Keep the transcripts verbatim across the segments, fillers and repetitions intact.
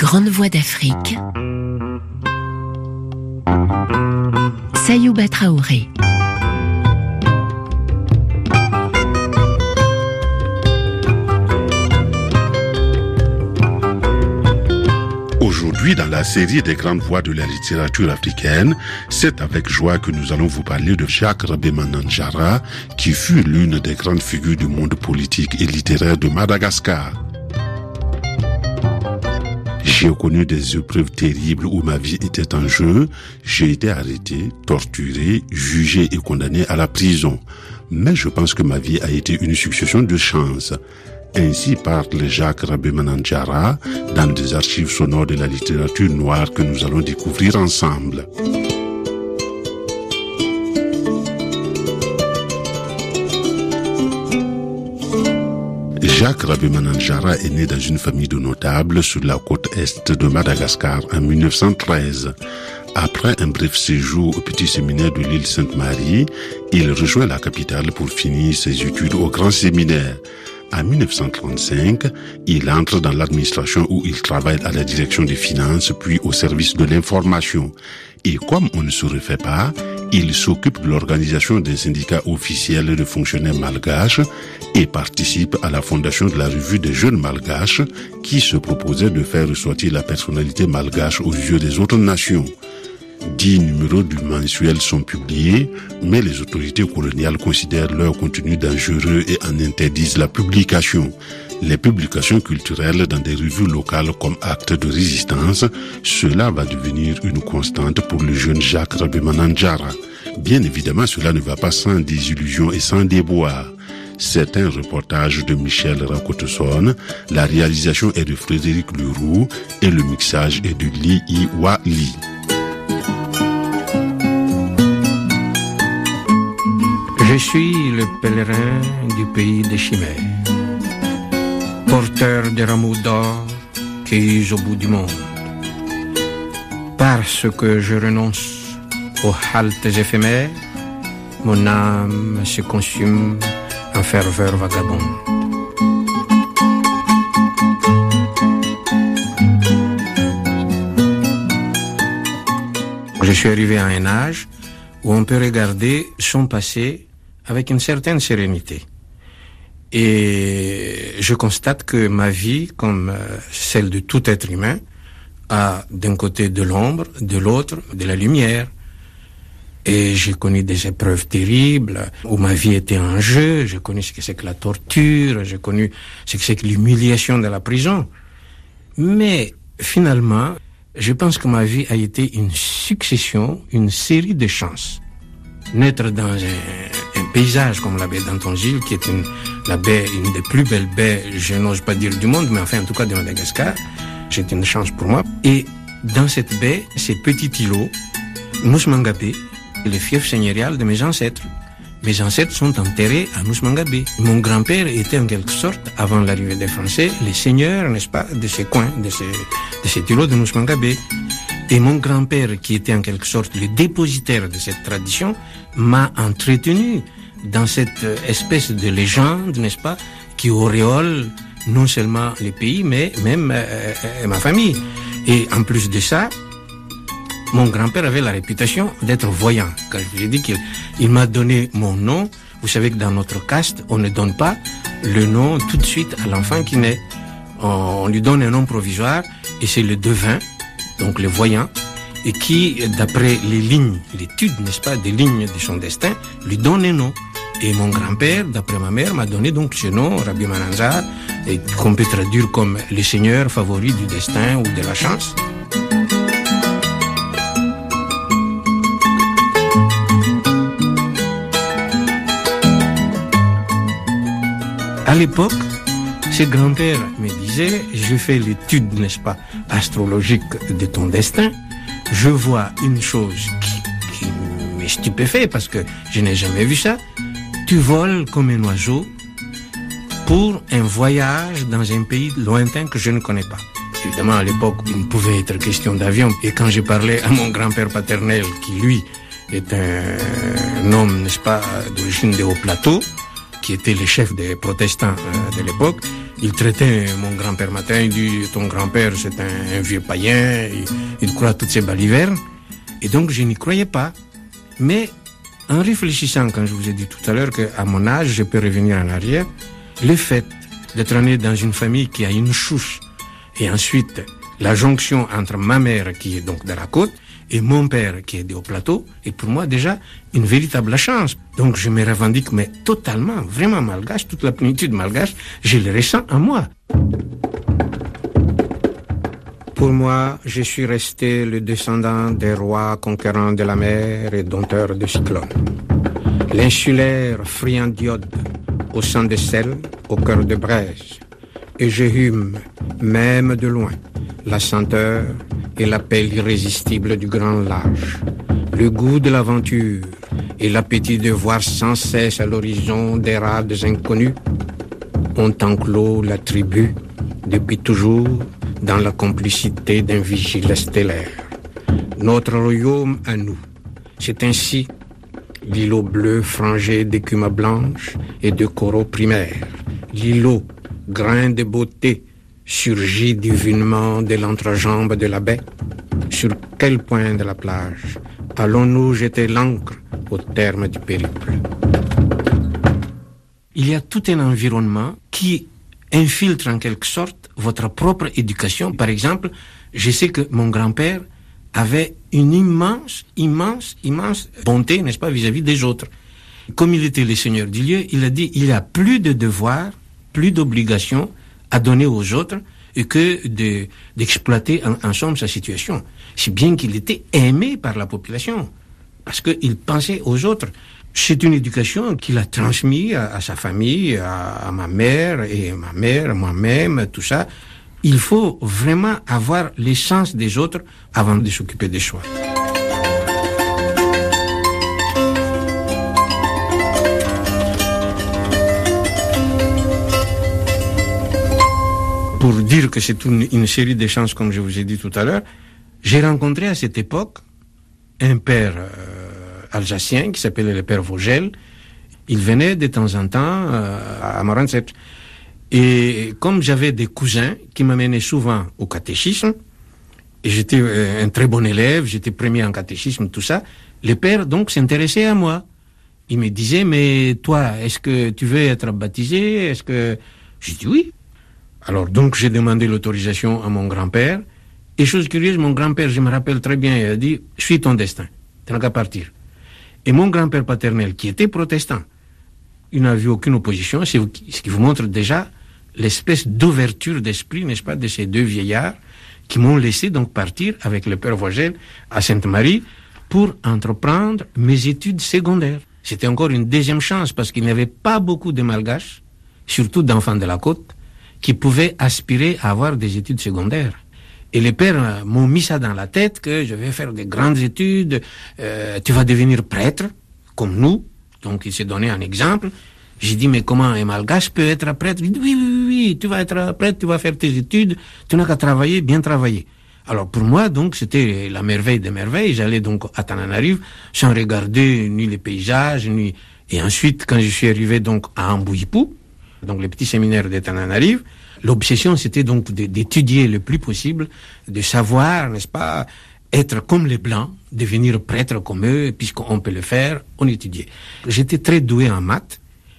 grandes voix d'Afrique. Sayouba Traoré. Aujourd'hui, dans la série des grandes voix de la littérature africaine, c'est avec joie que nous allons vous parler de Jacques Rabé Mananjara, qui fut l'une des grandes figures du monde politique et littéraire de Madagascar. J'ai connu des épreuves terribles où ma vie était en jeu. J'ai été arrêté, torturé, jugé et condamné à la prison. Mais je pense que ma vie a été une succession de chances. Ainsi parle Jacques Rabé Mananjara dans des archives sonores de la littérature noire que nous allons découvrir ensemble. Jacques Rabé Mananjara est né dans une famille de notables sur la côte est de Madagascar en mille neuf cent treize. Après un bref séjour au petit séminaire de l'île Sainte-Marie, il rejoint la capitale pour finir ses études au grand séminaire. En mille neuf cent trente-cinq, il entre dans l'administration où il travaille à la direction des finances puis au service de l'information. Et comme on ne se refait pas, il s'occupe de l'organisation des syndicats officiels de fonctionnaires malgaches et participe à la fondation de la revue des jeunes malgaches qui se proposait de faire ressortir la personnalité malgache aux yeux des autres nations. Dix numéros du mensuel sont publiés, mais les autorités coloniales considèrent leur contenu dangereux et en interdisent la publication. Les publications culturelles dans des revues locales comme acte de résistance, cela va devenir une constante pour le jeune Jacques Rabé Mananjara. Bien évidemment, cela ne va pas sans désillusion et sans déboire. C'est un reportage de Michel Rakotosone, la réalisation est de Frédéric Leroux et le mixage est de Li Iwali. Je suis le pèlerin du pays des chimères, porteur des rameaux d'or cueillis au bout du monde. Parce que je renonce aux haltes éphémères, mon âme se consume en ferveur vagabonde. Je suis arrivé à un âge où on peut regarder son passé avec une certaine sérénité. Et je constate que ma vie, comme celle de tout être humain, a d'un côté de l'ombre, de l'autre de la lumière. Et j'ai connu des épreuves terribles où ma vie était en jeu. J'ai connu ce que c'est que la torture, j'ai connu ce que c'est que l'humiliation de la prison. Mais finalement, je pense que ma vie a été une succession, une série de chances. Naître dans un, un paysage comme la baie d'Antonville, qui est une, la baie, une des plus belles baies, je n'ose pas dire du monde, mais enfin en tout cas de Madagascar, c'est une chance pour moi. Et dans cette baie, ces petits îlots, Nousmangabé, le fief seigneurial de mes ancêtres. Mes ancêtres sont enterrés à Nousmangabé. Mon grand-père était en quelque sorte, avant l'arrivée des Français, les seigneurs, n'est-ce pas, de ces coins, de ces, de cet îlot de Nousmangabé. Et mon grand-père, qui était en quelque sorte le dépositaire de cette tradition, m'a entretenu dans cette espèce de légende, n'est-ce pas, qui auréole non seulement les pays, mais même euh, euh, ma famille. Et en plus de ça, mon grand-père avait la réputation d'être voyant. Quand je vous ai dit qu'il il m'a donné mon nom, vous savez que dans notre caste, on ne donne pas le nom tout de suite à l'enfant qui naît. On, on lui donne un nom provisoire, et c'est le devin, donc le voyant, et qui, d'après les lignes, l'étude, n'est-ce pas, des lignes de son destin, lui donne un nom. Et mon grand-père, d'après ma mère, m'a donné donc ce nom, Rabé Mananjara, et qu'on peut traduire comme le seigneur favori du destin ou de la chance. À l'époque, ce grand-père me disait, je fais l'étude, n'est-ce pas, astrologique de ton destin, je vois une chose qui, qui me stupéfait parce que je n'ai jamais vu ça. Tu voles comme un oiseau pour un voyage dans un pays lointain que je ne connais pas. Évidemment, à l'époque, il ne pouvait être question d'avion. Et quand j'ai parlé à mon grand-père paternel, qui lui est un homme, n'est-ce pas, d'origine des Hauts-Plateaux, qui était le chef des protestants euh, de l'époque, Il traitait mon grand-père matin, il dit « ton grand-père c'est un, un vieux païen, il, il croit à toutes ces balivernes ». Et donc je n'y croyais pas. Mais en réfléchissant, quand je vous ai dit tout à l'heure qu'à mon âge, je peux revenir en arrière, le fait d'être né dans une famille qui a une chouche, et ensuite la jonction entre ma mère qui est donc de la côte et mon père qui est de haut plateau, est pour moi déjà une véritable chance. Donc je me revendique, mais totalement, vraiment malgache, toute la plénitude malgache, je le ressens en moi. Pour moi, je suis resté le descendant des rois conquérants de la mer et dompteurs de cyclones. L'insulaire friand d'iode, au sang de sel, au cœur de braise. Et je hume, même de loin, la senteur et l'appel irrésistible du grand large. Le goût de l'aventure et l'appétit de voir sans cesse à l'horizon des rades inconnus ont enclos la tribu depuis toujours dans la complicité d'un vigile stellaire. Notre royaume à nous, c'est ainsi l'îlot bleu frangé d'écume blanche et de coraux primaires. L'îlot, grain de beauté, surgit divinement de l'entrejambe de la baie. Sur quel point de la plage allons-nous jeter l'ancre au terme du périple? Il y a tout un environnement qui infiltre en quelque sorte votre propre éducation. Par exemple, je sais que mon grand-père avait une immense, immense, immense bonté, n'est-ce pas, vis-à-vis des autres. Comme il était le seigneur du lieu, il a dit, il y a plus de devoirs, plus d'obligations à donner aux autres et que de, d'exploiter en, en somme sa situation. Si bien qu'il était aimé par la population, parce qu'il pensait aux autres. C'est une éducation qu'il a transmise à, à sa famille, à, à ma mère et ma mère, moi-même, tout ça. Il faut vraiment avoir l'essence des autres avant de s'occuper de soi. Pour dire que c'est une, une série de chances, comme je vous ai dit tout à l'heure, j'ai rencontré à cette époque un père euh, alsacien qui s'appelait le père Vogel. Il venait de temps en temps euh, à Moranset. Et comme j'avais des cousins qui m'amenaient souvent au catéchisme, et j'étais euh, un très bon élève, j'étais premier en catéchisme, tout ça, le père donc s'intéressait à moi. Il me disait, mais toi, est-ce que tu veux être baptisé? Est-ce que... J'ai dit oui. Alors donc j'ai demandé l'autorisation à mon grand-père. Et chose curieuse, mon grand-père, je me rappelle très bien, il a dit, suis ton destin, tu n'as qu'à partir. Et mon grand-père paternel, qui était protestant, il n'a vu aucune opposition, c'est ce qui vous montre déjà l'espèce d'ouverture d'esprit, n'est-ce pas, de ces deux vieillards qui m'ont laissé donc partir avec le père Vogel à Sainte-Marie pour entreprendre mes études secondaires. C'était encore une deuxième chance parce qu'il n'y avait pas beaucoup de malgaches, surtout d'enfants de la côte, qui pouvaient aspirer à avoir des études secondaires. Et les pères m'ont mis ça dans la tête que je vais faire des grandes études, euh, tu vas devenir prêtre, comme nous. Donc il s'est donné un exemple. J'ai dit, mais comment un malgache peut être prêtre? Il dit, oui, oui, oui, tu vas être prêtre, tu vas faire tes études, tu n'as qu'à travailler, bien travailler. Alors pour moi, donc, c'était la merveille des merveilles. J'allais donc à Tananarive sans regarder ni les paysages, ni... Et ensuite, quand je suis arrivé donc à Ambouipou, donc le petit séminaire de Tananarive, l'obsession, c'était donc d'étudier le plus possible, de savoir, n'est-ce pas, être comme les Blancs, devenir prêtre comme eux, puisqu'on peut le faire, on étudiait. J'étais très doué en maths,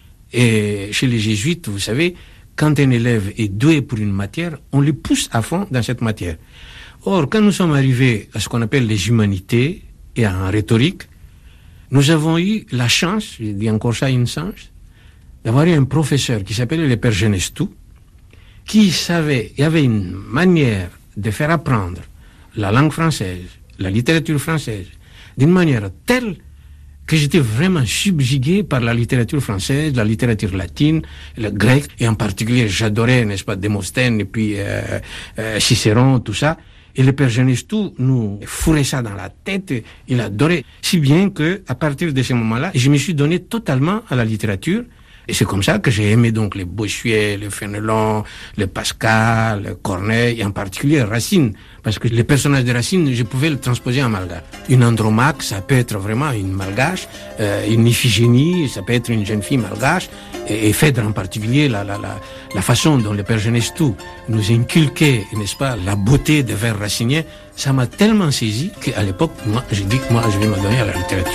et chez les jésuites, vous savez, quand un élève est doué pour une matière, on le pousse à fond dans cette matière. Or, quand nous sommes arrivés à ce qu'on appelle les humanités et en rhétorique, nous avons eu la chance, je dis encore ça une chance, d'avoir eu un professeur qui s'appelait le père Genestou, qui savait, il y avait une manière de faire apprendre la langue française, la littérature française, d'une manière telle que j'étais vraiment subjugué par la littérature française, la littérature latine, le grec, et en particulier, j'adorais, n'est-ce pas, Démosthène, et puis euh, euh, Cicéron, tout ça. Et le père Genestou nous fourrait ça dans la tête, il adorait, si bien que, à partir de ce moment-là, je me suis donné totalement à la littérature, Et c'est comme ça que j'ai aimé donc les Bossuet, les Fénelon, les Pascal, les Corneille, et en particulier Racine. Parce que les personnages de Racine, je pouvais le transposer en malgache. Une Andromaque, ça peut être vraiment une malgache. Euh, une Iphigénie, ça peut être une jeune fille malgache. Et, et Phèdre en particulier, la, la, la, la façon dont le père Genestou nous inculquait, n'est-ce pas, la beauté des vers raciniens, ça m'a tellement saisi qu'à l'époque, moi, j'ai dit que moi, je vais me donner à la littérature.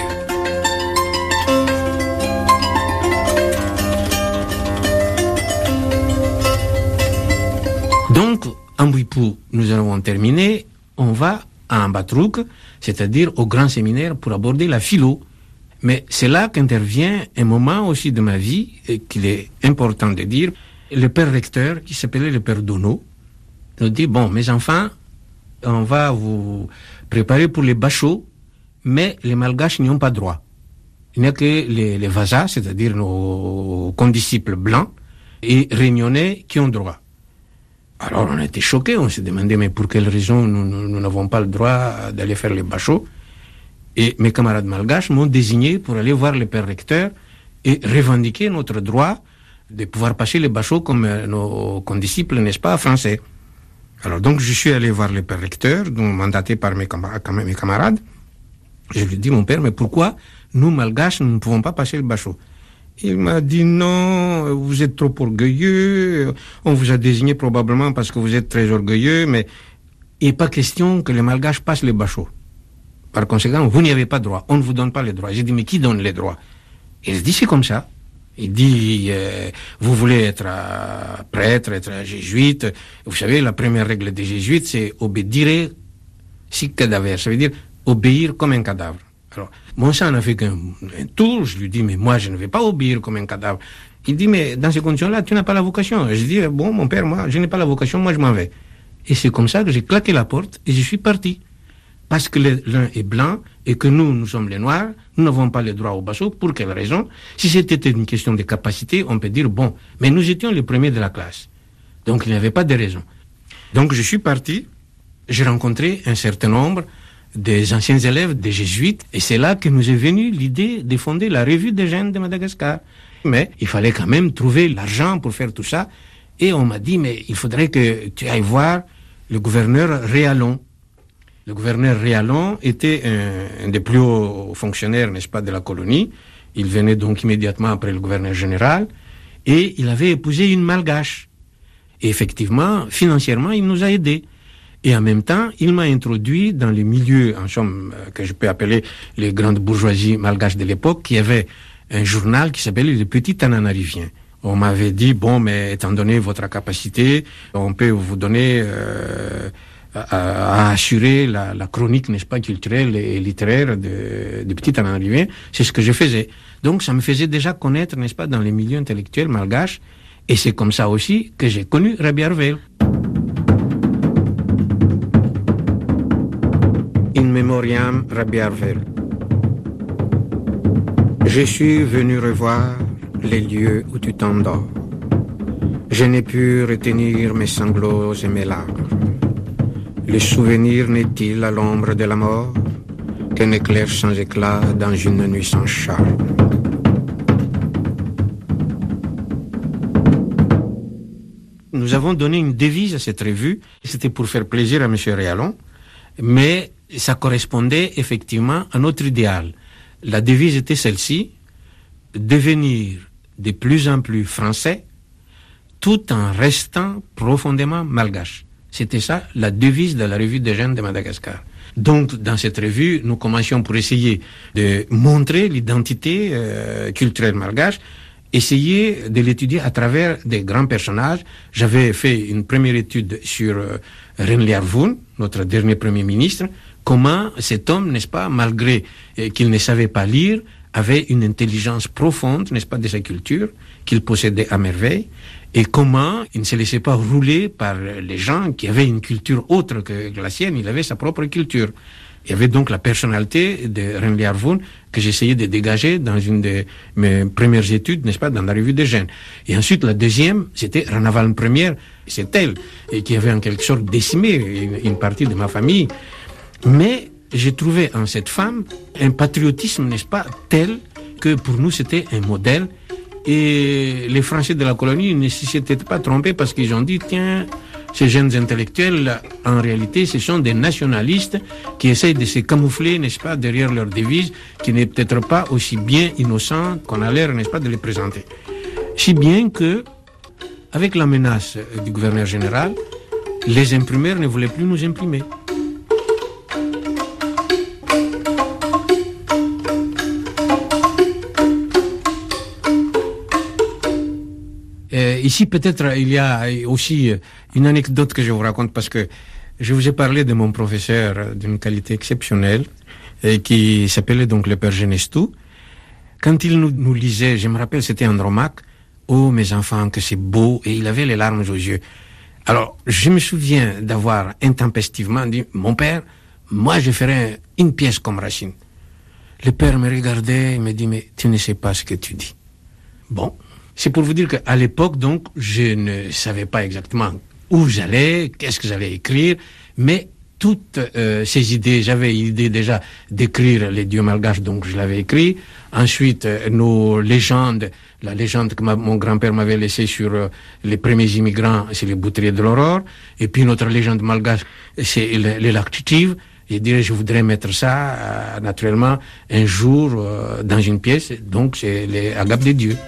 Donc, en Bouipou, nous avons terminé, on va à Ambatrouk, c'est-à-dire au grand séminaire pour aborder la philo. Mais c'est là qu'intervient un moment aussi de ma vie, et qu'il est important de dire. Le père recteur, qui s'appelait le père Dono, nous dit, bon, mes enfants, on va vous préparer pour les bachots, mais les malgaches n'y ont pas droit. Il n'y a que les, les vasas, c'est-à-dire nos condisciples blancs, et réunionnais qui ont droit. Alors on a été choqués, on s'est demandé mais pour quelle raison nous, nous, nous n'avons pas le droit d'aller faire les bachots. Et mes camarades malgaches m'ont désigné pour aller voir le père recteur et revendiquer notre droit de pouvoir passer les bachots comme nos condisciples, n'est-ce pas, français. Alors donc je suis allé voir le père recteur, donc mandaté par mes camarades, mes camarades. Je lui ai dit, mon père, mais pourquoi nous malgaches nous ne pouvons pas passer le bachot? Il m'a dit non, vous êtes trop orgueilleux, on vous a désigné probablement parce que vous êtes très orgueilleux, mais il n'est pas question que les malgaches passent les bachots. Par conséquent, vous n'y avez pas droit, on ne vous donne pas les droits. J'ai dit, mais qui donne les droits? Il dit, c'est comme ça. Il dit, euh, vous voulez être euh, prêtre, être euh, jésuite. Vous savez, la première règle des jésuites, c'est obédire sic cadaver, ça veut dire obéir comme un cadavre. Alors, mon sang n'a fait qu'un un tour, je lui dis, mais moi, je ne vais pas obéir comme un cadavre. Il dit, mais dans ces conditions-là, tu n'as pas la vocation. Je dis, bon, mon père, moi, je n'ai pas la vocation, moi, je m'en vais. Et c'est comme ça que j'ai claqué la porte et je suis parti. Parce que l'un est blanc et que nous, nous sommes les noirs, nous n'avons pas le droit au bachot. Pour quelle raison? Si c'était une question de capacité, on peut dire, bon, mais nous étions les premiers de la classe. Donc, il n'y avait pas de raison. Donc, je suis parti, j'ai rencontré un certain nombre des anciens élèves des jésuites, et c'est là que nous est venue l'idée de fonder la Revue des jeunes de Madagascar. Mais il fallait quand même trouver l'argent pour faire tout ça, et on m'a dit, mais il faudrait que tu ailles voir le gouverneur Réalon. Le gouverneur Réalon était un, un des plus hauts fonctionnaires, n'est-ce pas, de la colonie. Il venait donc immédiatement après le gouverneur général, et il avait épousé une malgache. Et effectivement, financièrement, il nous a aidés. Et en même temps, il m'a introduit dans les milieux, en somme, que je peux appeler les grandes bourgeoisies malgaches de l'époque, qui avait un journal qui s'appelait Le Petit Tananarivien. On m'avait dit, bon, mais étant donné votre capacité, on peut vous donner euh, à, à assurer la, la chronique, n'est-ce pas, culturelle et littéraire de, de Petit Tananarivien. C'est ce que je faisais. Donc, ça me faisait déjà connaître, n'est-ce pas, dans les milieux intellectuels malgaches. Et c'est comme ça aussi que j'ai connu Rabbi Arvel. In memoriam Rabbi Arvel. Je suis venu revoir les lieux où tu t'endors. Je n'ai pu retenir mes sanglots et mes larmes. Le souvenir n'est-il à l'ombre de la mort qu'un éclair sans éclat dans une nuit sans charme? Nous avons donné une devise à cette revue, c'était pour faire plaisir à M. Réalon, mais ça correspondait effectivement à notre idéal. La devise était celle-ci, devenir de plus en plus français tout en restant profondément malgache. C'était ça la devise de la Revue des jeunes de Madagascar. Donc dans cette revue, nous commencions pour essayer de montrer l'identité euh, culturelle malgache, essayer de l'étudier à travers des grands personnages. J'avais fait une première étude sur euh, René Arvoun, notre dernier Premier ministre, comment cet homme, n'est-ce pas, malgré euh, qu'il ne savait pas lire, avait une intelligence profonde, n'est-ce pas, de sa culture, qu'il possédait à merveille, et comment il ne se laissait pas rouler par les gens qui avaient une culture autre que la sienne, il avait sa propre culture. Il y avait donc la personnalité de René Arvoun que j'essayais de dégager dans une de mes premières études, n'est-ce pas, dans la Revue des jeunes. Et ensuite, la deuxième, c'était Ranaval Première, c'est elle, et qui avait en quelque sorte décimé une, une partie de ma famille. Mais j'ai trouvé en cette femme un patriotisme, n'est-ce pas, tel que pour nous c'était un modèle, Et les Français de la colonie ne s'étaient pas trompés parce qu'ils ont dit, tiens, ces jeunes intellectuels, en réalité, ce sont des nationalistes qui essayent de se camoufler, n'est-ce pas, derrière leur devise, qui n'est peut-être pas aussi bien innocente qu'on a l'air, n'est-ce pas, de les présenter. Si bien que, avec la menace du gouverneur général, les imprimeurs ne voulaient plus nous imprimer. Euh, ici, peut-être, il y a aussi une anecdote que je vous raconte parce que je vous ai parlé de mon professeur d'une qualité exceptionnelle et qui s'appelait donc le père Genestou. Quand il nous, nous lisait, je me rappelle, c'était Andromaque, « Oh, mes enfants, que c'est beau !» et il avait les larmes aux yeux. Alors, je me souviens d'avoir intempestivement dit, « Mon père, moi, je ferai une pièce comme Racine. » Le père me regardait et me dit, « Mais tu ne sais pas ce que tu dis. » Bon. C'est pour vous dire qu'à l'époque, donc, je ne savais pas exactement où j'allais, qu'est-ce que j'allais écrire, mais toutes euh, ces idées, j'avais l'idée déjà d'écrire les dieux malgaches, donc je l'avais écrit. Ensuite, euh, nos légendes, la légende que ma, mon grand-père m'avait laissée sur euh, les premiers immigrants, c'est les Boutriers de l'Aurore. Et puis notre légende malgache, c'est les, les lacs Chichiv. Je dirais, je voudrais mettre ça, euh, naturellement, un jour euh, dans une pièce. Donc, c'est les agapes des dieux.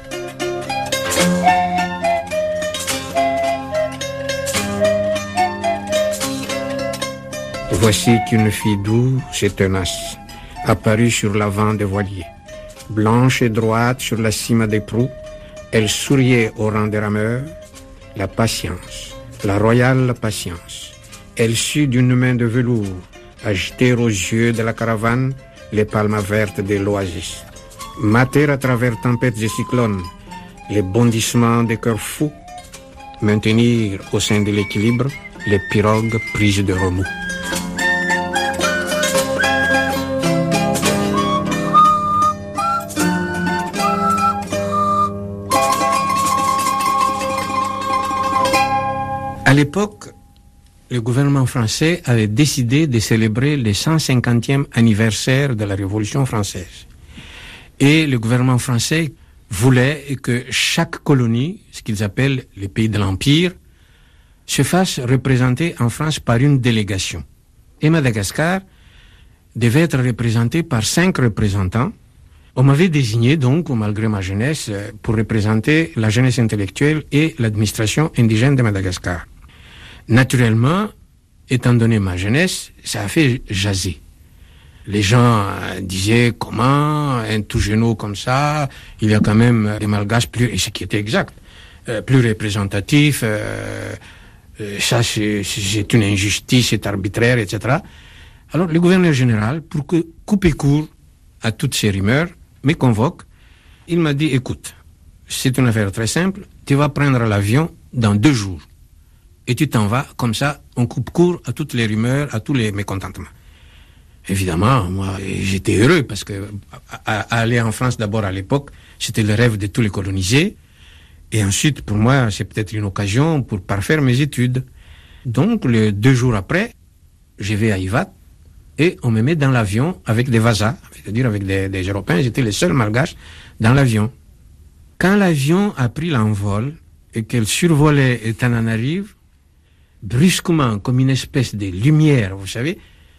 Voici qu'une fille douce et tenace apparut sur l'avant des voiliers. Blanche et droite sur la cime des proues, elle souriait au rang des rameurs. La patience, la royale patience. Elle sut d'une main de velours agiter aux yeux de la caravane les palmes vertes de l'oasis. Mater à travers tempêtes et cyclones les bondissements des cœurs fous. Maintenir au sein de l'équilibre les pirogues prises de remous. À l'époque, le gouvernement français avait décidé de célébrer le cent cinquantième anniversaire de la Révolution française. Et le gouvernement français voulait que chaque colonie, ce qu'ils appellent les pays de l'Empire, se fasse représenter en France par une délégation. Et Madagascar devait être représenté par cinq représentants. On m'avait désigné donc, malgré ma jeunesse, pour représenter la jeunesse intellectuelle et l'administration indigène de Madagascar. Naturellement, étant donné ma jeunesse, ça a fait jaser. Les gens euh, disaient comment un tout genou comme ça, il y a quand même des malgaches plus, et ce qui était exact, euh, plus représentatifs. Euh, euh, ça, c'est, c'est une injustice, c'est arbitraire, et cetera. Alors, le gouverneur général, pour que, couper court à toutes ces rumeurs, me convoque. Il m'a dit, écoute, c'est une affaire très simple. Tu vas prendre l'avion dans deux jours. Et tu t'en vas, comme ça, on coupe court à toutes les rumeurs, à tous les mécontentements. Évidemment, moi, j'étais heureux parce que à, à aller en France d'abord à l'époque, c'était le rêve de tous les colonisés. Et ensuite, pour moi, c'est peut-être une occasion pour parfaire mes études. Donc, les deux jours après, je vais à Ivat et on me met dans l'avion avec des Vasas, c'est-à-dire avec des, des Européens. J'étais le seul malgache dans l'avion. Quand l'avion a pris l'envol et qu'elle survolait Tananarive, brusquement, comme une espèce de lumière, vous savez,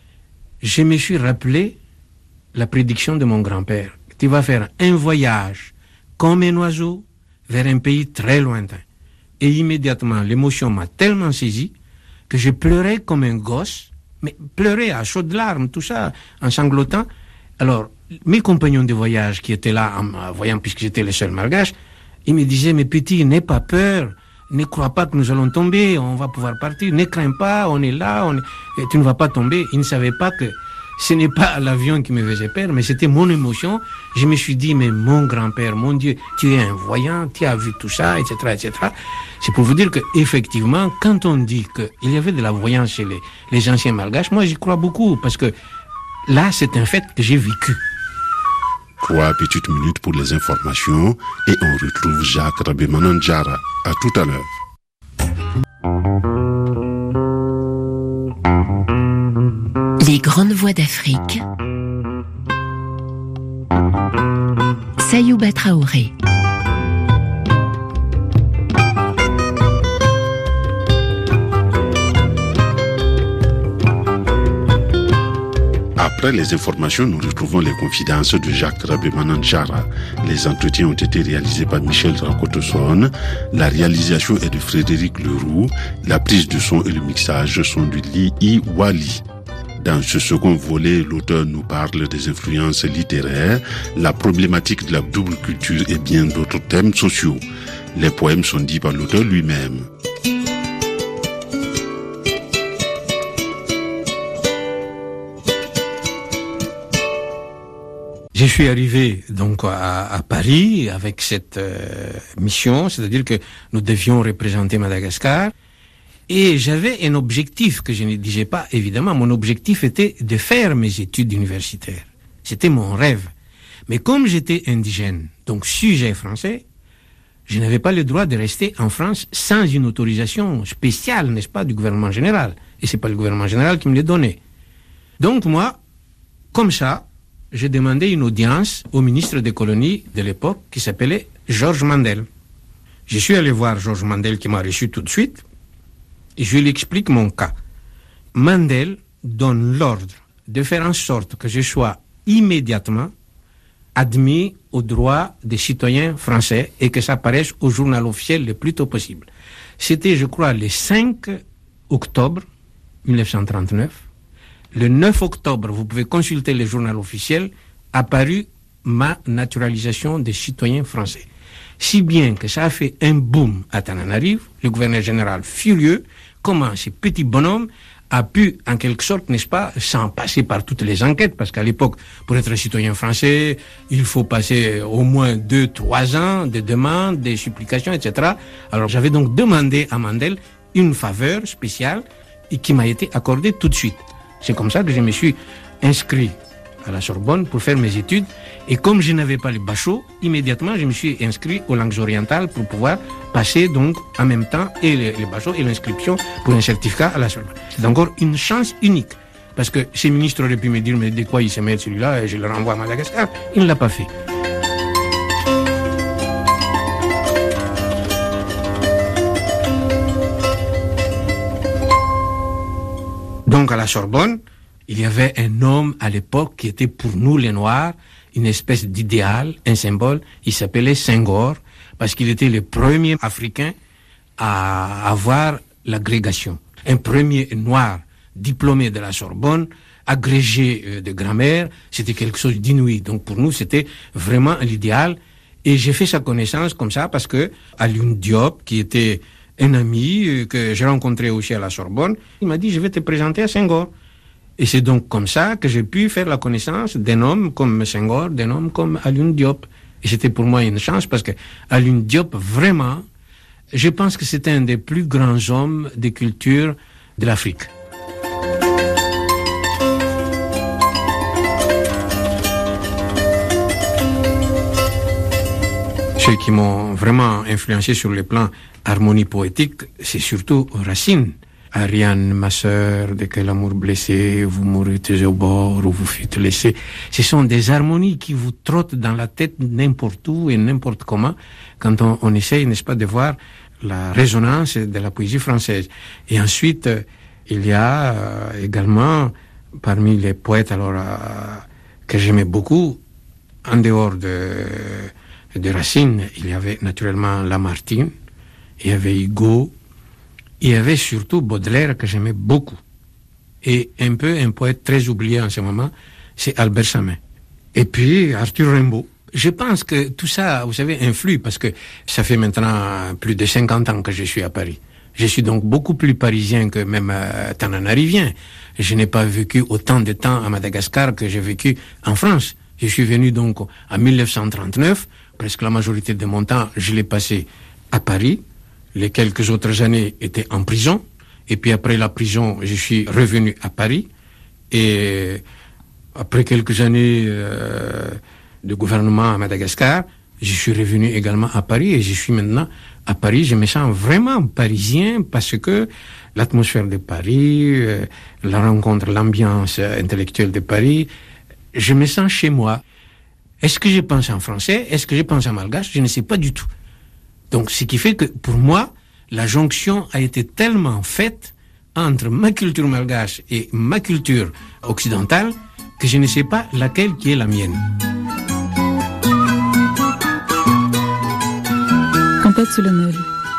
je me suis rappelé la prédiction de mon grand-père. Tu vas faire un voyage comme un oiseau vers un pays très lointain. Et immédiatement, l'émotion m'a tellement saisi que je pleurais comme un gosse, mais pleurais à chaudes larmes, tout ça, en sanglotant. Alors, mes compagnons de voyage qui étaient là, en voyant, puisque j'étais le seul malgache, ils me disaient, mais petit, n'aie pas peur. Ne crois pas que nous allons tomber, on va pouvoir partir. Ne crains pas, on est là, on est... Et tu ne vas pas tomber. Ils ne savaient pas que ce n'est pas l'avion qui me faisait peur, mais c'était mon émotion. Je me suis dit, mais mon grand-père, mon Dieu, tu es un voyant, tu as vu tout ça, et cetera, et cetera. C'est pour vous dire que, effectivement, quand on dit qu'il y avait de la voyance chez les, les anciens malgaches, moi j'y crois beaucoup, parce que là, c'est un fait que j'ai vécu. Trois petites minutes pour les informations et on retrouve Jacques Rabé-Manandjara. À tout à l'heure. Les grandes voix d'Afrique. Sayouba Traoré. Après les informations, nous retrouvons les confidences de Jacques Rabemanan-Jara. Les entretiens ont été réalisés par Michel Rakotosone. La réalisation est de Frédéric Leroux. La prise de son et le mixage sont de Li I Wali. Dans ce second volet, l'auteur nous parle des influences littéraires, la problématique de la double culture et bien d'autres thèmes sociaux. Les poèmes sont dits par l'auteur lui-même. Je suis arrivé donc à, à Paris avec cette euh, mission, c'est-à-dire que nous devions représenter Madagascar. Et j'avais un objectif que je ne disais pas, évidemment. Mon objectif était de faire mes études universitaires. C'était mon rêve. Mais comme j'étais indigène, donc sujet français, je n'avais pas le droit de rester en France sans une autorisation spéciale, n'est-ce pas, du gouvernement général. Et c'est pas le gouvernement général qui me l'a donné. Donc moi, comme ça, j'ai demandé une audience au ministre des colonies de l'époque qui s'appelait Georges Mandel. Je suis allé voir Georges Mandel qui m'a reçu tout de suite et je lui explique mon cas. Mandel donne l'ordre de faire en sorte que je sois immédiatement admis aux droits des citoyens français et que ça apparaisse au journal officiel le plus tôt possible. C'était, je crois, le cinq octobre mille neuf cent trente-neuf. Le neuf octobre, vous pouvez consulter le journal officiel, apparu ma naturalisation de citoyen français. Si bien que ça a fait un boom à Tananarive, le gouverneur général furieux, comment ce petit bonhomme a pu, en quelque sorte, n'est-ce pas, sans passer par toutes les enquêtes, parce qu'à l'époque, pour être citoyen français, il faut passer au moins deux, trois ans de demandes, des supplications, et cetera. Alors j'avais donc demandé à Mandel une faveur spéciale et qui m'a été accordée tout de suite. C'est comme ça que je me suis inscrit à la Sorbonne pour faire mes études. Et comme je n'avais pas le bachot, immédiatement, je me suis inscrit aux langues orientales pour pouvoir passer donc en même temps et le, le bachot et l'inscription pour un certificat à la Sorbonne. C'est encore une chance unique. Parce que ces ministres auraient pu me dire, mais de quoi il se met celui-là et je le renvoie à Madagascar. Il ne l'a pas fait. Donc à la Sorbonne, il y avait un homme à l'époque qui était pour nous les Noirs une espèce d'idéal, un symbole. Il s'appelait Senghor parce qu'il était le premier Africain à avoir l'agrégation. Un premier Noir diplômé de la Sorbonne, agrégé de grammaire, c'était quelque chose d'inouï. Donc pour nous, c'était vraiment l'idéal. Et j'ai fait sa connaissance comme ça parce que Alioune Diop, qui était un ami que j'ai rencontré aussi à la Sorbonne, il m'a dit, je vais te présenter à Senghor. Et c'est donc comme ça que j'ai pu faire la connaissance d'un homme comme Senghor, d'un homme comme Alioune Diop. Et c'était pour moi une chance parce que Alioune Diop, vraiment, je pense que c'était un des plus grands hommes de culture de l'Afrique. Ceux qui m'ont vraiment influencé sur le plan harmonie poétique, c'est surtout Racine. Ariane, ma sœur, de quel amour blessé, vous mourrez au bord où vous fûtes laissé. Ce sont des harmonies qui vous trottent dans la tête n'importe où et n'importe comment quand on, on essaye, n'est-ce pas, de voir la résonance de la poésie française. Et ensuite, euh, il y a euh, également, parmi les poètes alors euh, que j'aimais beaucoup, en dehors de, de Racine, il y avait naturellement Lamartine, il y avait Hugo, il y avait surtout Baudelaire que j'aimais beaucoup. Et un peu un poète très oublié en ce moment, c'est Albert Samin. Et puis Arthur Rimbaud. Je pense que tout ça, vous savez, influe parce que ça fait maintenant plus de cinquante ans que je suis à Paris. Je suis donc beaucoup plus parisien que même euh, Tananarivien. Je n'ai pas vécu autant de temps à Madagascar que j'ai vécu en France. Je suis venu donc en mille neuf cent trente-neuf, presque la majorité de mon temps, je l'ai passé à Paris. Les quelques autres années étaient en prison. Et puis après la prison, je suis revenu à Paris. Et après quelques années euh, de gouvernement à Madagascar, je suis revenu également à Paris. Et je suis maintenant à Paris. Je me sens vraiment parisien parce que l'atmosphère de Paris, euh, la rencontre, l'ambiance intellectuelle de Paris, je me sens chez moi. Est-ce que je pense en français? Est-ce que je pense en malgache? Je ne sais pas du tout. Donc, ce qui fait que, pour moi, la jonction a été tellement faite entre ma culture malgache et ma culture occidentale que je ne sais pas laquelle qui est la mienne. Cantate solennelle.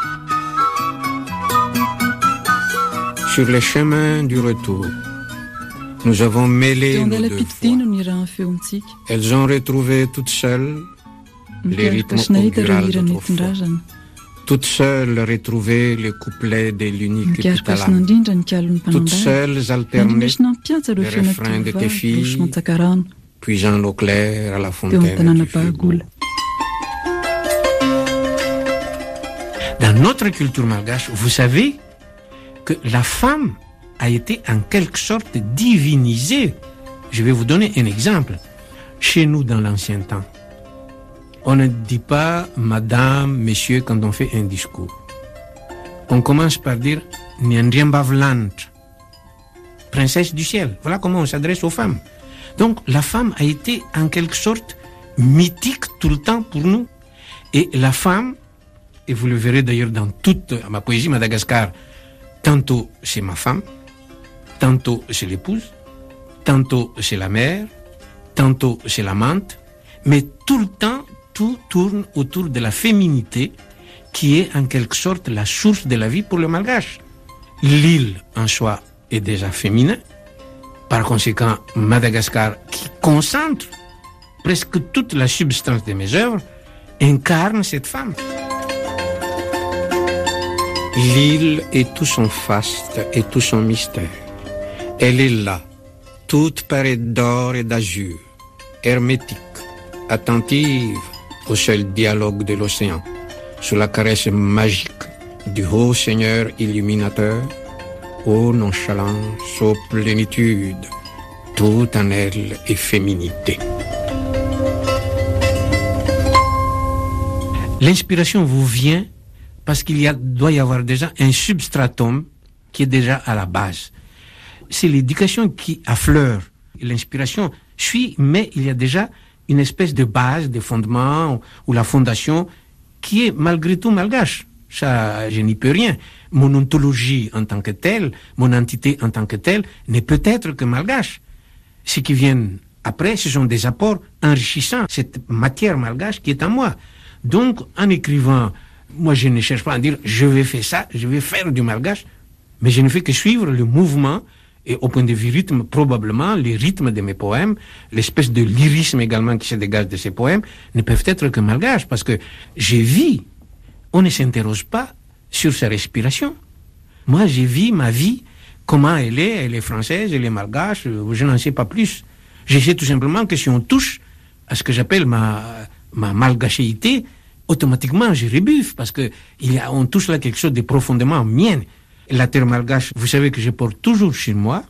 Sur les chemins du retour, nous avons mêlé nos deux voix. Elles ont retrouvé toutes seules les rythmes augurales d'autrefois. Toutes seules retrouver les couplets de l'unique épithalame. Toutes seules alterner les refrains de tes filles, puisant l'eau claire à la fontaine du frigo. Dans notre culture malgache, vous savez que la femme a été en quelque sorte divinisée. Je vais vous donner un exemple. Chez nous, dans l'ancien temps, on ne dit pas madame, monsieur quand on fait un discours. On commence par dire Nyandriambavlant, princesse du ciel. Voilà comment on s'adresse aux femmes. Donc la femme a été en quelque sorte mythique tout le temps pour nous. Et la femme, et vous le verrez d'ailleurs dans toute ma poésie Madagascar, tantôt c'est ma femme, tantôt c'est l'épouse, tantôt c'est la mère, tantôt c'est l'amante, mais tout le temps, tout tourne autour de la féminité qui est en quelque sorte la source de la vie pour le malgache. L'île en soi est déjà féminin. Par conséquent, Madagascar, qui concentre presque toute la substance de mes œuvres, incarne cette femme. L'île est tout son faste et tout son mystère. Elle est là, toute parée d'or et d'azur, hermétique, attentive au seul dialogue de l'océan, sous la caresse magique du haut Seigneur illuminateur, ô nonchalance, ô plénitude, tout en elle est féminité. L'inspiration vous vient parce qu'il y a, doit y avoir déjà un substratum qui est déjà à la base. C'est l'éducation qui affleure. L'inspiration suit, mais il y a déjà une espèce de base, de fondement, ou la fondation, qui est malgré tout malgache. Ça, je n'y peux rien. Mon ontologie en tant que telle, mon entité en tant que telle, ne peut être que malgache. Ce qui vient après, ce sont des apports enrichissants, cette matière malgache qui est en moi. Donc, en écrivant, moi je ne cherche pas à dire je vais faire ça, je vais faire du malgache, mais je ne fais que suivre le mouvement. Et au point de vue rythme, probablement, les rythmes de mes poèmes, l'espèce de lyrisme également qui se dégage de ces poèmes, ne peuvent être que malgaches, parce que je vis, on ne s'interroge pas sur sa respiration. Moi, je vis ma vie, comment elle est, elle est française, elle est malgache, je n'en sais pas plus. Je sais tout simplement que si on touche à ce que j'appelle ma, ma malgachéité, automatiquement je rebuffe, parce que il y a, on touche là quelque chose de profondément mien. La terre malgache, vous savez que je porte toujours chez moi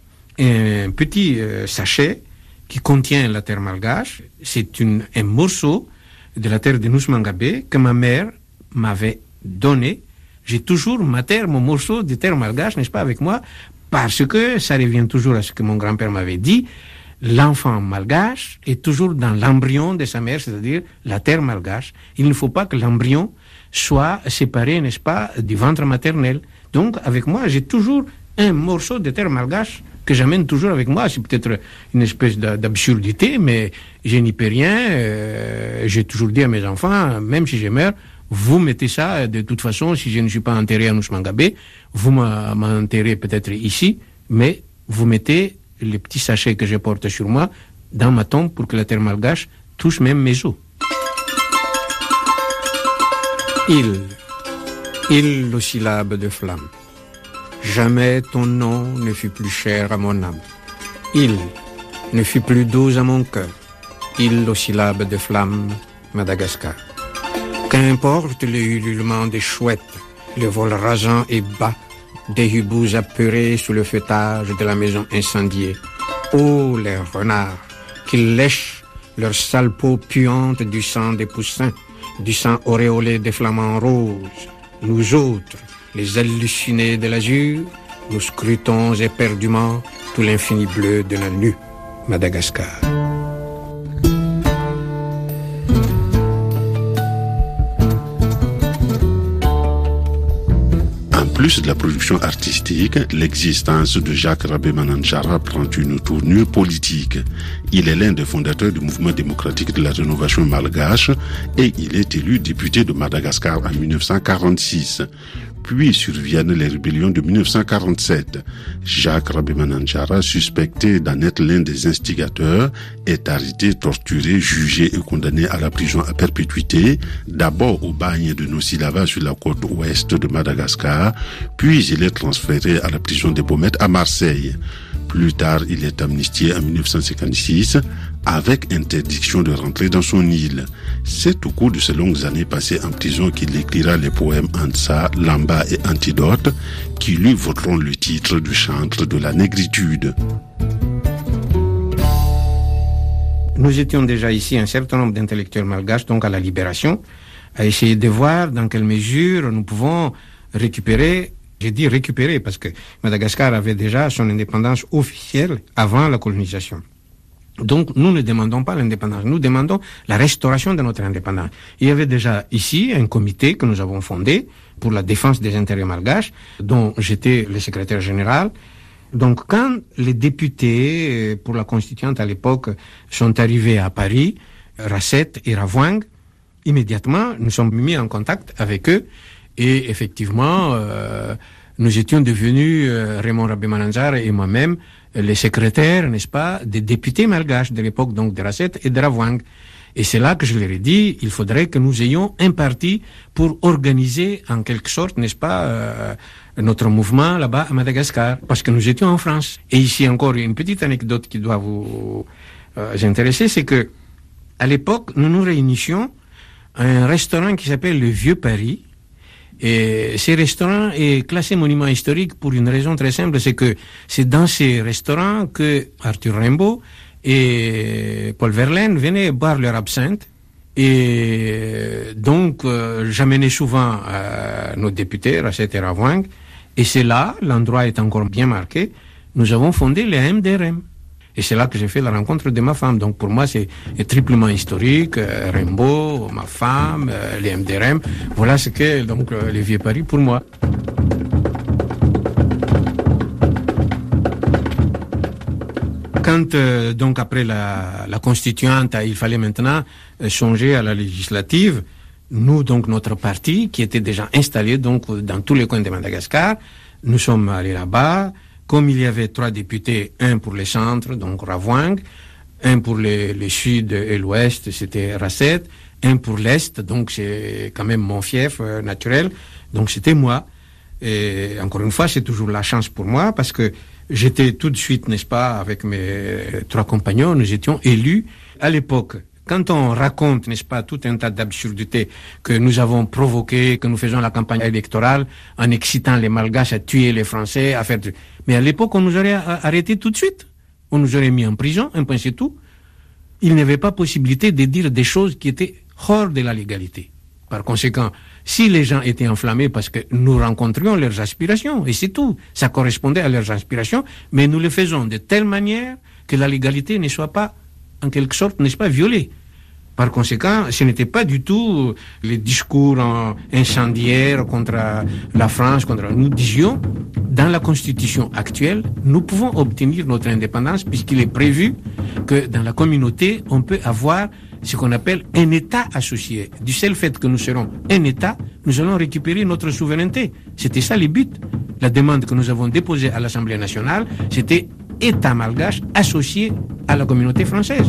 un petit euh, sachet qui contient la terre malgache. C'est une, un morceau de la terre de Nousmangabé que ma mère m'avait donné. J'ai toujours ma terre, mon morceau de terre malgache, n'est-ce pas, avec moi, parce que ça revient toujours à ce que mon grand-père m'avait dit. L'enfant malgache est toujours dans l'embryon de sa mère, c'est-à-dire la terre malgache. Il ne faut pas que l'embryon soit séparé, n'est-ce pas, du ventre maternel. Donc, avec moi, j'ai toujours un morceau de terre malgache que j'amène toujours avec moi. C'est peut-être une espèce d'absurdité, mais je n'y peux rien. Euh, j'ai toujours dit à mes enfants, même si je meurs, vous mettez ça, de toute façon, si je ne suis pas enterré à Nousmangabé, vous m'enterrez peut-être ici, mais vous mettez les petits sachets que je porte sur moi dans ma tombe pour que la terre malgache touche même mes os. Il, il aux syllabes de flamme. Jamais ton nom ne fut plus cher à mon âme. Il ne fut plus doux à mon cœur. Il aux syllabes de flamme, Madagascar. Qu'importe le ululement des chouettes, le vol rasant et bas des hiboux apeurés sous le feuillage de la maison incendiée. Oh, les renards, qui lèchent leurs sales peaux puantes du sang des poussins, du sang auréolé des flamants roses. Nous autres, les hallucinés de l'azur, nous scrutons éperdument tout l'infini bleu de la nue, Madagascar. plus de la production artistique, l'existence de Jacques Rabé Mananchara prend une tournure politique. Il est l'un des fondateurs du mouvement démocratique de la rénovation malgache et il est élu député de Madagascar en dix-neuf cent quarante-six. Puis surviennent les rébellions de dix-neuf cent quarante-sept. Jacques Rabé Mananchara, suspecté d'en être l'un des instigateurs, est arrêté, torturé, jugé et condamné à la prison à perpétuité, d'abord au bagne de Nocilava sur la côte ouest de Madagascar, puis il est transféré à la prison des Baumettes à Marseille. Plus tard, il est amnistié en dix-neuf cent cinquante-six avec interdiction de rentrer dans son île. C'est au cours de ces longues années passées en prison qu'il écrira les poèmes Ansa, Lamba et Antidote qui lui vaudront le titre du chantre de la négritude. Nous étions déjà ici un certain nombre d'intellectuels malgaches, donc à la Libération, à essayer de voir dans quelle mesure nous pouvons récupérer. J'ai dit récupérer parce que Madagascar avait déjà son indépendance officielle avant la colonisation. Donc nous ne demandons pas l'indépendance, nous demandons la restauration de notre indépendance. Il y avait déjà ici un comité que nous avons fondé pour la défense des intérêts malgaches, dont j'étais le secrétaire général. Donc quand les députés pour la constituante à l'époque sont arrivés à Paris, Racette et Ravouang, immédiatement nous sommes mis en contact avec eux. Et effectivement, euh, nous étions devenus, euh, Raymond Rabé Mananchara et moi-même, les secrétaires, n'est-ce pas, des députés malgaches de l'époque, donc de Racette et de Ravouang. Et c'est là que je leur ai dit, il faudrait que nous ayons un parti pour organiser, en quelque sorte, n'est-ce pas, euh, notre mouvement là-bas à Madagascar, parce que nous étions en France. Et ici encore, une petite anecdote qui doit vous euh, intéresser, c'est que à l'époque, nous nous réunissions à un restaurant qui s'appelle le Vieux Paris. Et ce restaurant est classé monument historique pour une raison très simple, c'est que c'est dans ces restaurants que Arthur Rimbaud et Paul Verlaine venaient boire leur absinthe. Et donc, euh, j'amenais souvent euh, nos députés, Racette et Ravouang, et c'est là, l'endroit est encore bien marqué, nous avons fondé les M D R M. Et c'est là que j'ai fait la rencontre de ma femme. Donc pour moi, c'est triplement historique. Euh, Rimbaud, ma femme, euh, les M D R M. Voilà ce qu'est donc euh, les Vieux Paris pour moi. Quand euh, donc après la, la constituante, il fallait maintenant euh, changer à la législative. Nous donc notre parti qui était déjà installé donc dans tous les coins de Madagascar, nous sommes allés là-bas. Comme il y avait trois députés, un pour les centres, donc Ravouang, un pour les, les sud et l'ouest, c'était Racette, un pour l'est, donc c'est quand même mon fief euh, naturel, donc c'était moi. Et encore une fois, c'est toujours la chance pour moi, parce que j'étais tout de suite, n'est-ce pas, avec mes trois compagnons, nous étions élus à l'époque. Quand on raconte, n'est-ce pas, tout un tas d'absurdités que nous avons provoquées, que nous faisons la campagne électorale en excitant les Malgaches à tuer les Français, à faire... Mais à l'époque, on nous aurait arrêtés tout de suite. On nous aurait mis en prison, un point c'est tout. Il n'y avait pas possibilité de dire des choses qui étaient hors de la légalité. Par conséquent, si les gens étaient enflammés parce que nous rencontrions leurs aspirations, et c'est tout, ça correspondait à leurs aspirations, mais nous le faisons de telle manière que la légalité ne soit pas en quelque sorte, n'est-ce pas, violé. Par conséquent, ce n'était pas du tout les discours incendiaires contre la France, contre... Nous disions, dans la Constitution actuelle, nous pouvons obtenir notre indépendance puisqu'il est prévu que dans la communauté, on peut avoir ce qu'on appelle un État associé. Du seul fait que nous serons un État, nous allons récupérer notre souveraineté. C'était ça le but. La demande que nous avons déposée à l'Assemblée nationale, c'était État malgache associé à la communauté française.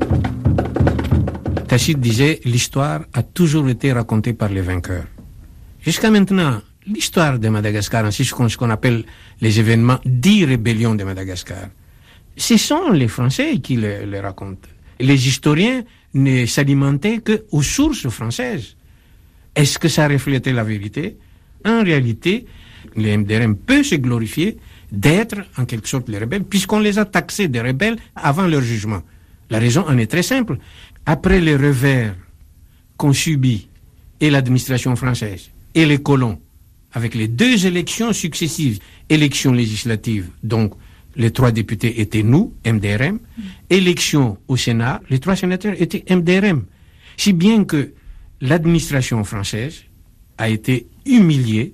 Tacite disait, l'histoire a toujours été racontée par les vainqueurs. Jusqu'à maintenant, l'histoire de Madagascar, ainsi ce qu'on appelle les événements dits rébellions de Madagascar, ce sont les Français qui les, les racontent. Les historiens ne s'alimentaient qu'aux sources françaises. Est-ce que ça reflétait la vérité? En réalité, les M D R M peuvent se glorifier d'être en quelque sorte les rebelles, puisqu'on les a taxés de rebelles avant leur jugement. La raison en est très simple. Après les revers qu'ont subis et l'administration française et les colons, avec les deux élections successives, élections législatives, donc les trois députés étaient nous, M D R M, mmh. élections au Sénat, les trois sénateurs étaient M D R M. Si bien que l'administration française a été humiliée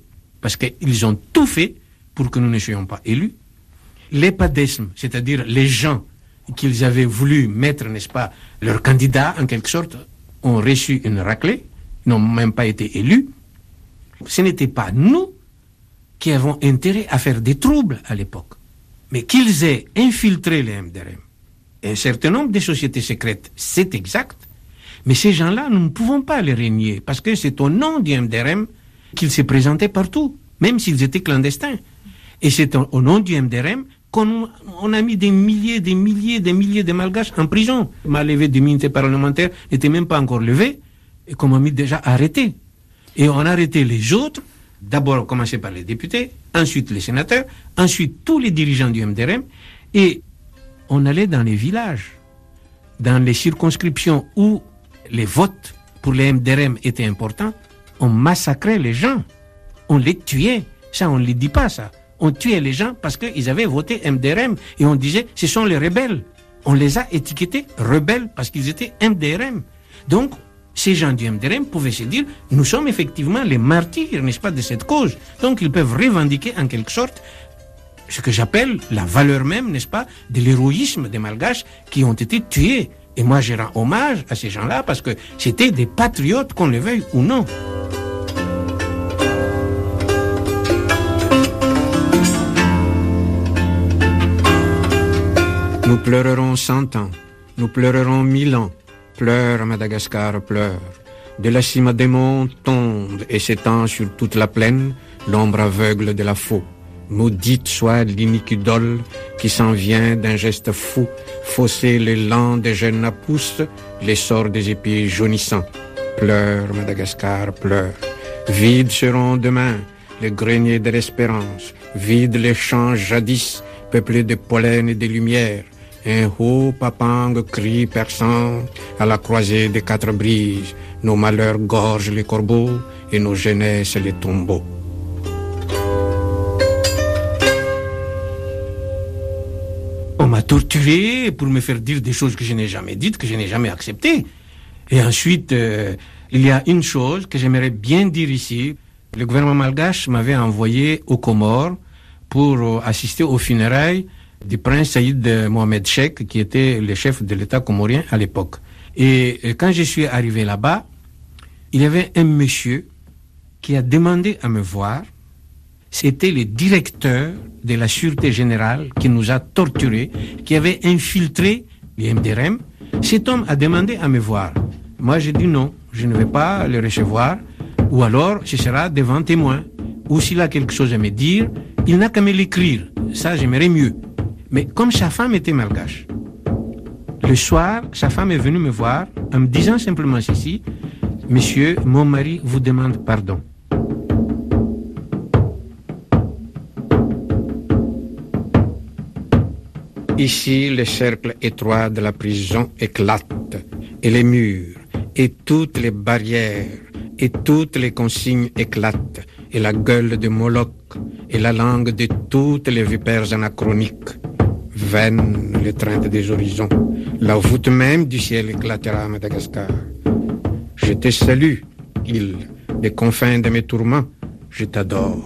parce qu'ils ont tout fait pour que nous ne soyons pas élus. Les padesmes, c'est-à-dire les gens qu'ils avaient voulu mettre, n'est-ce pas, leurs candidats, en quelque sorte, ont reçu une raclée, n'ont même pas été élus. Ce n'était pas nous qui avons intérêt à faire des troubles à l'époque, mais qu'ils aient infiltré les M D R M. Un certain nombre de sociétés secrètes, c'est exact, mais ces gens-là, nous ne pouvons pas les régner, parce que c'est au nom du M D R M qu'ils se présentaient partout, même s'ils étaient clandestins. Et c'est au nom du M D R M qu'on on a mis des milliers, des milliers, des milliers de Malgaches en prison. Ma levée d'immunité parlementaire n'était même pas encore levée, et qu'on m'a mis déjà arrêté. Et on a arrêté les autres, d'abord commencé par les députés, ensuite les sénateurs, ensuite tous les dirigeants du M D R M, et on allait dans les villages, dans les circonscriptions où les votes pour les M D R M étaient importants, on massacrait les gens, on les tuait. Ça, on ne le dit pas, ça. On tuait les gens parce qu'ils avaient voté M D R M et on disait ce sont les rebelles. On les a étiquetés rebelles parce qu'ils étaient M D R M. Donc, ces gens du M D R M pouvaient se dire nous sommes effectivement les martyrs, n'est-ce pas, de cette cause. Donc, ils peuvent revendiquer en quelque sorte ce que j'appelle la valeur même, n'est-ce pas, de l'héroïsme des Malgaches qui ont été tués. Et moi, je rends hommage à ces gens-là parce que c'était des patriotes, qu'on le veuille ou non. Nous pleurerons cent ans, nous pleurerons mille ans. Pleure, Madagascar, pleure. De la cime des monts tombe et s'étend sur toute la plaine l'ombre aveugle de la faux. Maudite soit l'inique idole qui s'en vient d'un geste fou, fausser l'élan des jeunes à pouces, l'essor des épis jaunissants. Pleure, Madagascar, pleure. Vides seront demain les greniers de l'espérance, vides les champs jadis, peuplés de pollen et de lumière. Un haut papang crie perçant à la croisée des quatre brises. Nos malheurs gorgent les corbeaux et nos jeunesses les tombeaux. On m'a torturé pour me faire dire des choses que je n'ai jamais dites, que je n'ai jamais acceptées. Et ensuite, euh, il y a une chose que j'aimerais bien dire ici. Le gouvernement malgache m'avait envoyé aux Comores pour euh, assister aux funérailles du prince Saïd Mohamed Cheikh, qui était le chef de l'État comorien à l'époque. Et, et quand je suis arrivé là-bas, il y avait un monsieur qui a demandé à me voir. C'était le directeur de la Sûreté Générale qui nous a torturés, qui avait infiltré les M D R M. Cet homme a demandé à me voir. Moi, j'ai dit non, je ne vais pas le recevoir, ou alors ce sera devant témoin. Ou s'il a quelque chose à me dire, il n'a qu'à me l'écrire. Ça, j'aimerais mieux. Mais comme sa femme était malgache, le soir, sa femme est venue me voir en me disant simplement ceci: Monsieur, mon mari vous demande pardon. Ici, le cercle étroit de la prison éclate, et les murs, et toutes les barrières, et toutes les consignes éclatent, et la gueule de Moloch, et la langue de toutes les vipères anachroniques. Vaine l'étreinte des horizons, la voûte même du ciel éclatera à Madagascar. Je te salue, île, des confins de mes tourments, je t'adore.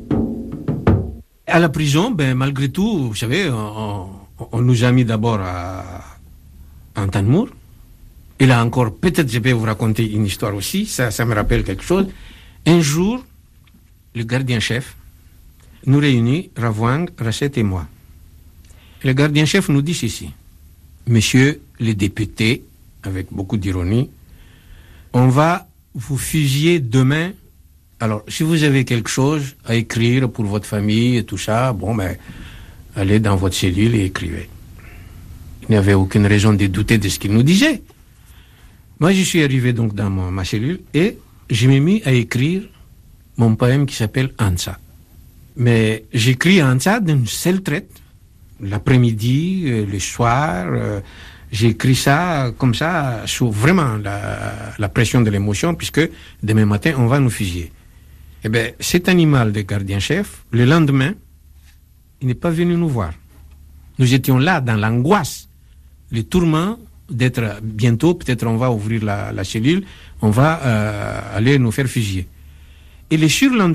À la prison, ben, malgré tout, vous savez, on, on nous a mis d'abord à Antanmour. Et là encore, peut-être je vais vous raconter une histoire aussi, ça, ça me rappelle quelque chose. Un jour, le gardien-chef nous réunit, Ravwang, Rachet et moi. Le gardien-chef nous dit ceci: Monsieur les députés, avec beaucoup d'ironie, on va vous fusiller demain. Alors, si vous avez quelque chose à écrire pour votre famille et tout ça, bon, ben, allez dans votre cellule et écrivez. Il n'y avait aucune raison de douter de ce qu'il nous disait. Moi, je suis arrivé donc dans ma, ma cellule et je m'ai mis à écrire mon poème qui s'appelle Ansa. Mais j'écris Ansa d'une seule traite. L'après-midi, euh, le soir, euh, j'ai écrit ça comme ça, sous vraiment la, la pression de l'émotion, puisque demain matin, on va nous fusiller. Eh bien, cet animal de gardien-chef, le lendemain, il n'est pas venu nous voir. Nous étions là, dans l'angoisse, le tourment d'être bientôt, peut-être on va ouvrir la, la cellule, on va euh, aller nous faire fusiller. Et le surlendemain,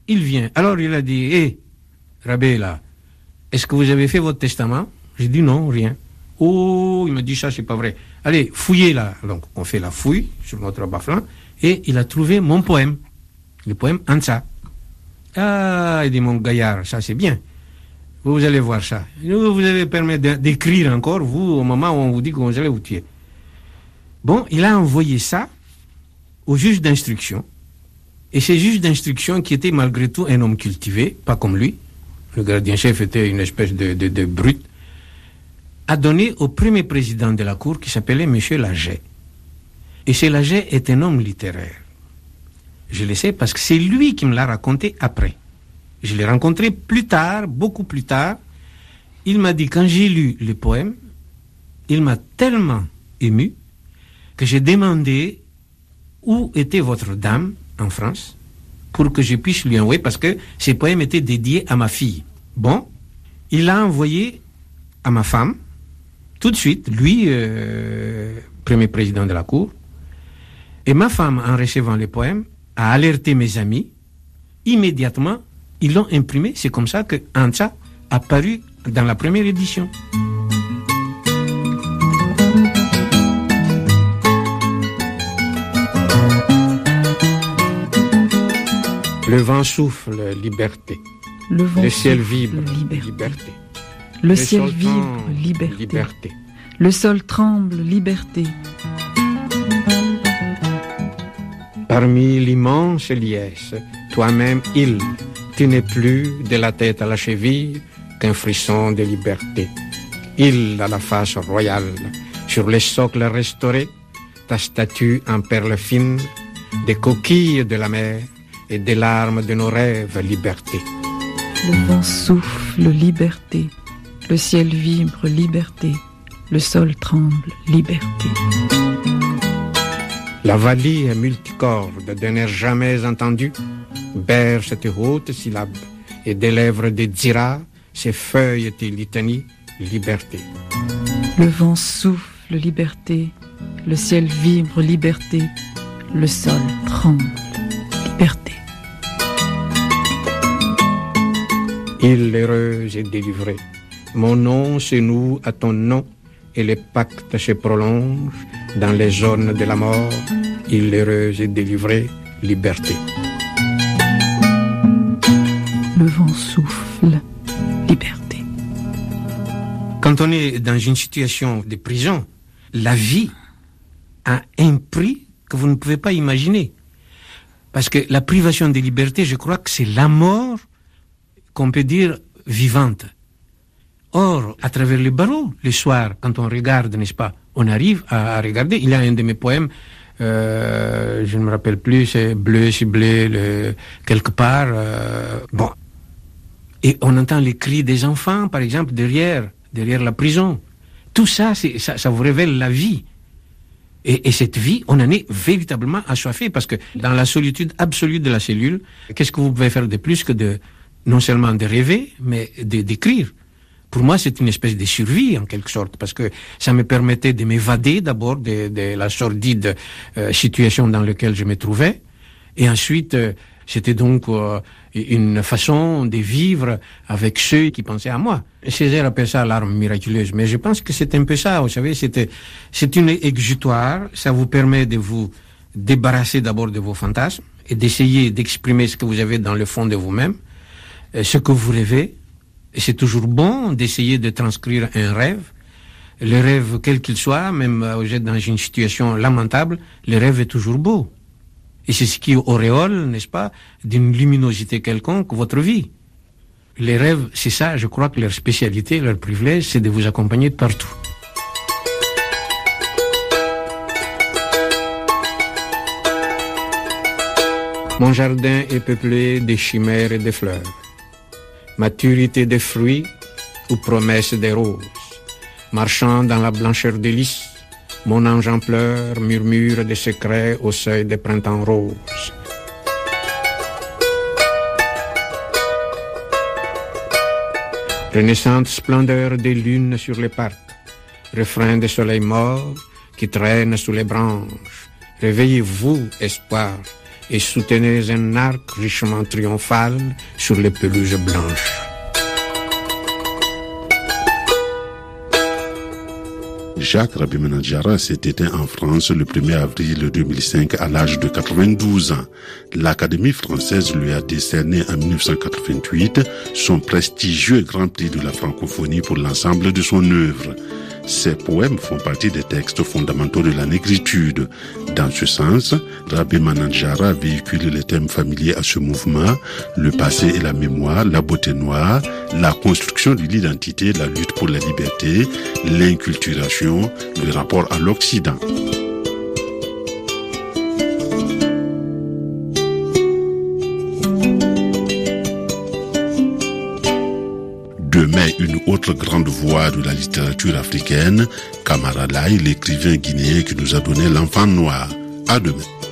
il vient. Alors il a dit, hé, hey, Rabé là, est-ce que vous avez fait votre testament? J'ai dit non, rien. Oh, il me dit ça, c'est pas vrai. Allez, fouillez là. Donc on fait la fouille sur notre bas-flanc et il a trouvé mon poème, le poème Antsa. Ah, il dit mon gaillard, ça c'est bien. Vous allez voir ça. Vous avez permis d'écrire encore, vous, au moment où on vous dit que vous allez vous tuer. Bon, il a envoyé ça au juge d'instruction. Et ce juge d'instruction, qui était malgré tout un homme cultivé, pas comme lui, le gardien-chef était une espèce de, de, de brute, a donné au premier président de la cour, qui s'appelait M. Laget. Et ce Laget est un homme littéraire. Je le sais parce que c'est lui qui me l'a raconté après. Je l'ai rencontré plus tard, beaucoup plus tard. Il m'a dit, quand j'ai lu le poème, il m'a tellement ému que j'ai demandé où était votre dame en France pour que je puisse lui envoyer, parce que ces poèmes étaient dédiés à ma fille. Bon, il l'a envoyé à ma femme, tout de suite, lui, euh, premier président de la cour, et ma femme, en recevant les poèmes, a alerté mes amis. Immédiatement, ils l'ont imprimé. C'est comme ça que Antsa a paru dans la première édition. Le vent souffle, liberté. Le, vent le ciel souffle, vibre, liberté. liberté. Le, le ciel sol vibre, tremble, liberté. liberté. Le sol tremble, liberté. Parmi l'immense liesse, toi-même île, tu n'es plus de la tête à la cheville qu'un frisson de liberté. Île à la face royale, sur les socles restaurés, ta statue en perles fines, des coquilles de la mer et des larmes de nos rêves, liberté. Le vent souffle, liberté. Le ciel vibre, liberté. Le sol tremble, liberté. La vallie multicorde d'un air jamais entendu berce cette haute syllabe, et des lèvres des Dzira s'effeuillent tes litanies, liberté. Le vent souffle, liberté. Le ciel vibre, liberté. Le sol tremble, liberté. Île heureuse et délivrée, mon nom se noue à ton nom, et les pactes se prolongent dans les zones de la mort. Île heureuse et délivrée, liberté. Le vent souffle, liberté. Quand on est dans une situation de prison, la vie a un prix que vous ne pouvez pas imaginer. Parce que la privation de liberté, je crois que c'est la mort qu'on peut dire vivante. Or, à travers les barreaux, le soir, quand on regarde, n'est-ce pas, on arrive à, à regarder. Il y a un de mes poèmes, euh, je ne me rappelle plus, c'est bleu, ciblé, le, quelque part. Euh, bon. Et on entend les cris des enfants, par exemple, derrière, derrière la prison. Tout ça, c'est, ça, ça vous révèle la vie. Et, et cette vie, on en est véritablement assoiffé, parce que dans la solitude absolue de la cellule, qu'est-ce que vous pouvez faire de plus que de, non seulement de rêver, mais de, d'écrire? Pour moi, c'est une espèce de survie, en quelque sorte, parce que ça me permettait de m'évader d'abord de, de la sordide euh, situation dans laquelle je me trouvais, et ensuite, euh, c'était donc euh, une façon de vivre avec ceux qui pensaient à moi. Césaire appelle ça l'arme miraculeuse, mais je pense que c'est un peu ça, vous savez, c'était, c'est une exutoire, ça vous permet de vous débarrasser d'abord de vos fantasmes, et d'essayer d'exprimer ce que vous avez dans le fond de vous-même, ce que vous rêvez. Et c'est toujours bon d'essayer de transcrire un rêve. Le rêve, quel qu'il soit, même euh, vous êtes dans une situation lamentable, le rêve est toujours beau. Et c'est ce qui auréole, n'est-ce pas, d'une luminosité quelconque, votre vie. Les rêves, c'est ça, je crois que leur spécialité, leur privilège, c'est de vous accompagner de partout. Mon jardin est peuplé de chimères et de fleurs. Maturité des fruits ou promesse des roses. Marchant dans la blancheur des lys, mon ange en pleurs murmure des secrets au seuil des printemps roses. Renaissante splendeur des lunes sur les parcs, refrain des soleils morts qui traînent sous les branches. Réveillez-vous, espoir, et soutenait un arc richement triomphal sur les pelouses blanches. Jacques Rabbi Manan Diarra s'est éteint en France le premier avril deux mille cinq à l'âge de quatre-vingt-douze ans. L'Académie française lui a décerné en dix-neuf cent quatre-vingt-huit son prestigieux Grand Prix de la francophonie pour l'ensemble de son œuvre. Ses poèmes font partie des textes fondamentaux de la négritude. Dans ce sens, Rabbi Manan Diarra véhicule les thèmes familiers à ce mouvement, le passé et la mémoire, la beauté noire, la construction de l'identité, la lutte pour la liberté, l'inculturation, le rapport à l'Occident. Demain, une autre grande voix de la littérature africaine, Camara Laye, l'écrivain guinéen qui nous a donné L'Enfant Noir. À demain.